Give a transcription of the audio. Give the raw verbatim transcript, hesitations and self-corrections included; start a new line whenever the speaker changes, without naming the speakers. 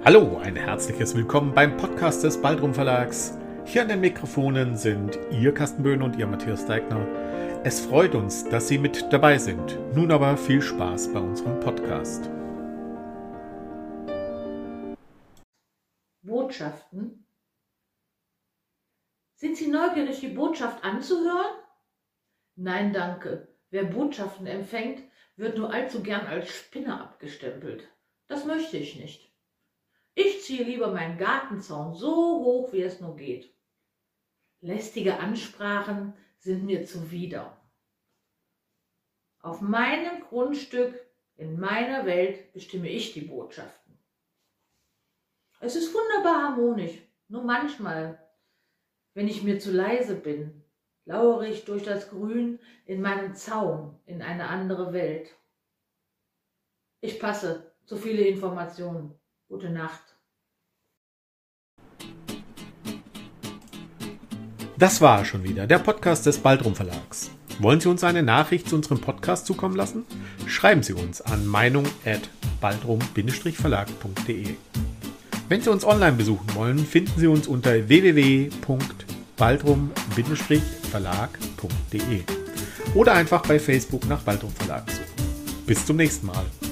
Hallo, ein herzliches Willkommen beim Podcast des Baltrum Verlags. Hier an den Mikrofonen sind Ihr Carsten Böhn und Ihr Matthias Deigner. Es freut uns, dass Sie mit dabei sind. Nun aber viel Spaß bei unserem Podcast.
Botschaften? Sind Sie neugierig, die Botschaft anzuhören? Nein, danke. Wer Botschaften empfängt, wird nur allzu gern als Spinner abgestempelt. Das möchte ich nicht. Ich ziehe lieber meinen Gartenzaun so hoch, wie es nur geht. Lästige Ansprachen sind mir zuwider. Auf meinem Grundstück, in meiner Welt bestimme ich die Botschaften. Es ist wunderbar harmonisch, nur manchmal, wenn ich mir zu leise bin, lauere ich durch das Grün in meinem Zaun in eine andere Welt. Ich passe, zu viele Informationen. Gute Nacht.
Das war schon wieder der Podcast des Baltrum Verlags. Wollen Sie uns eine Nachricht zu unserem Podcast zukommen lassen? Schreiben Sie uns an meinung at baltrum verlag punkt de. Wenn Sie uns online besuchen wollen, finden Sie uns unter w w w punkt baltrum verlag punkt de oder einfach bei Facebook nach Baltrum Verlag suchen. Bis zum nächsten Mal.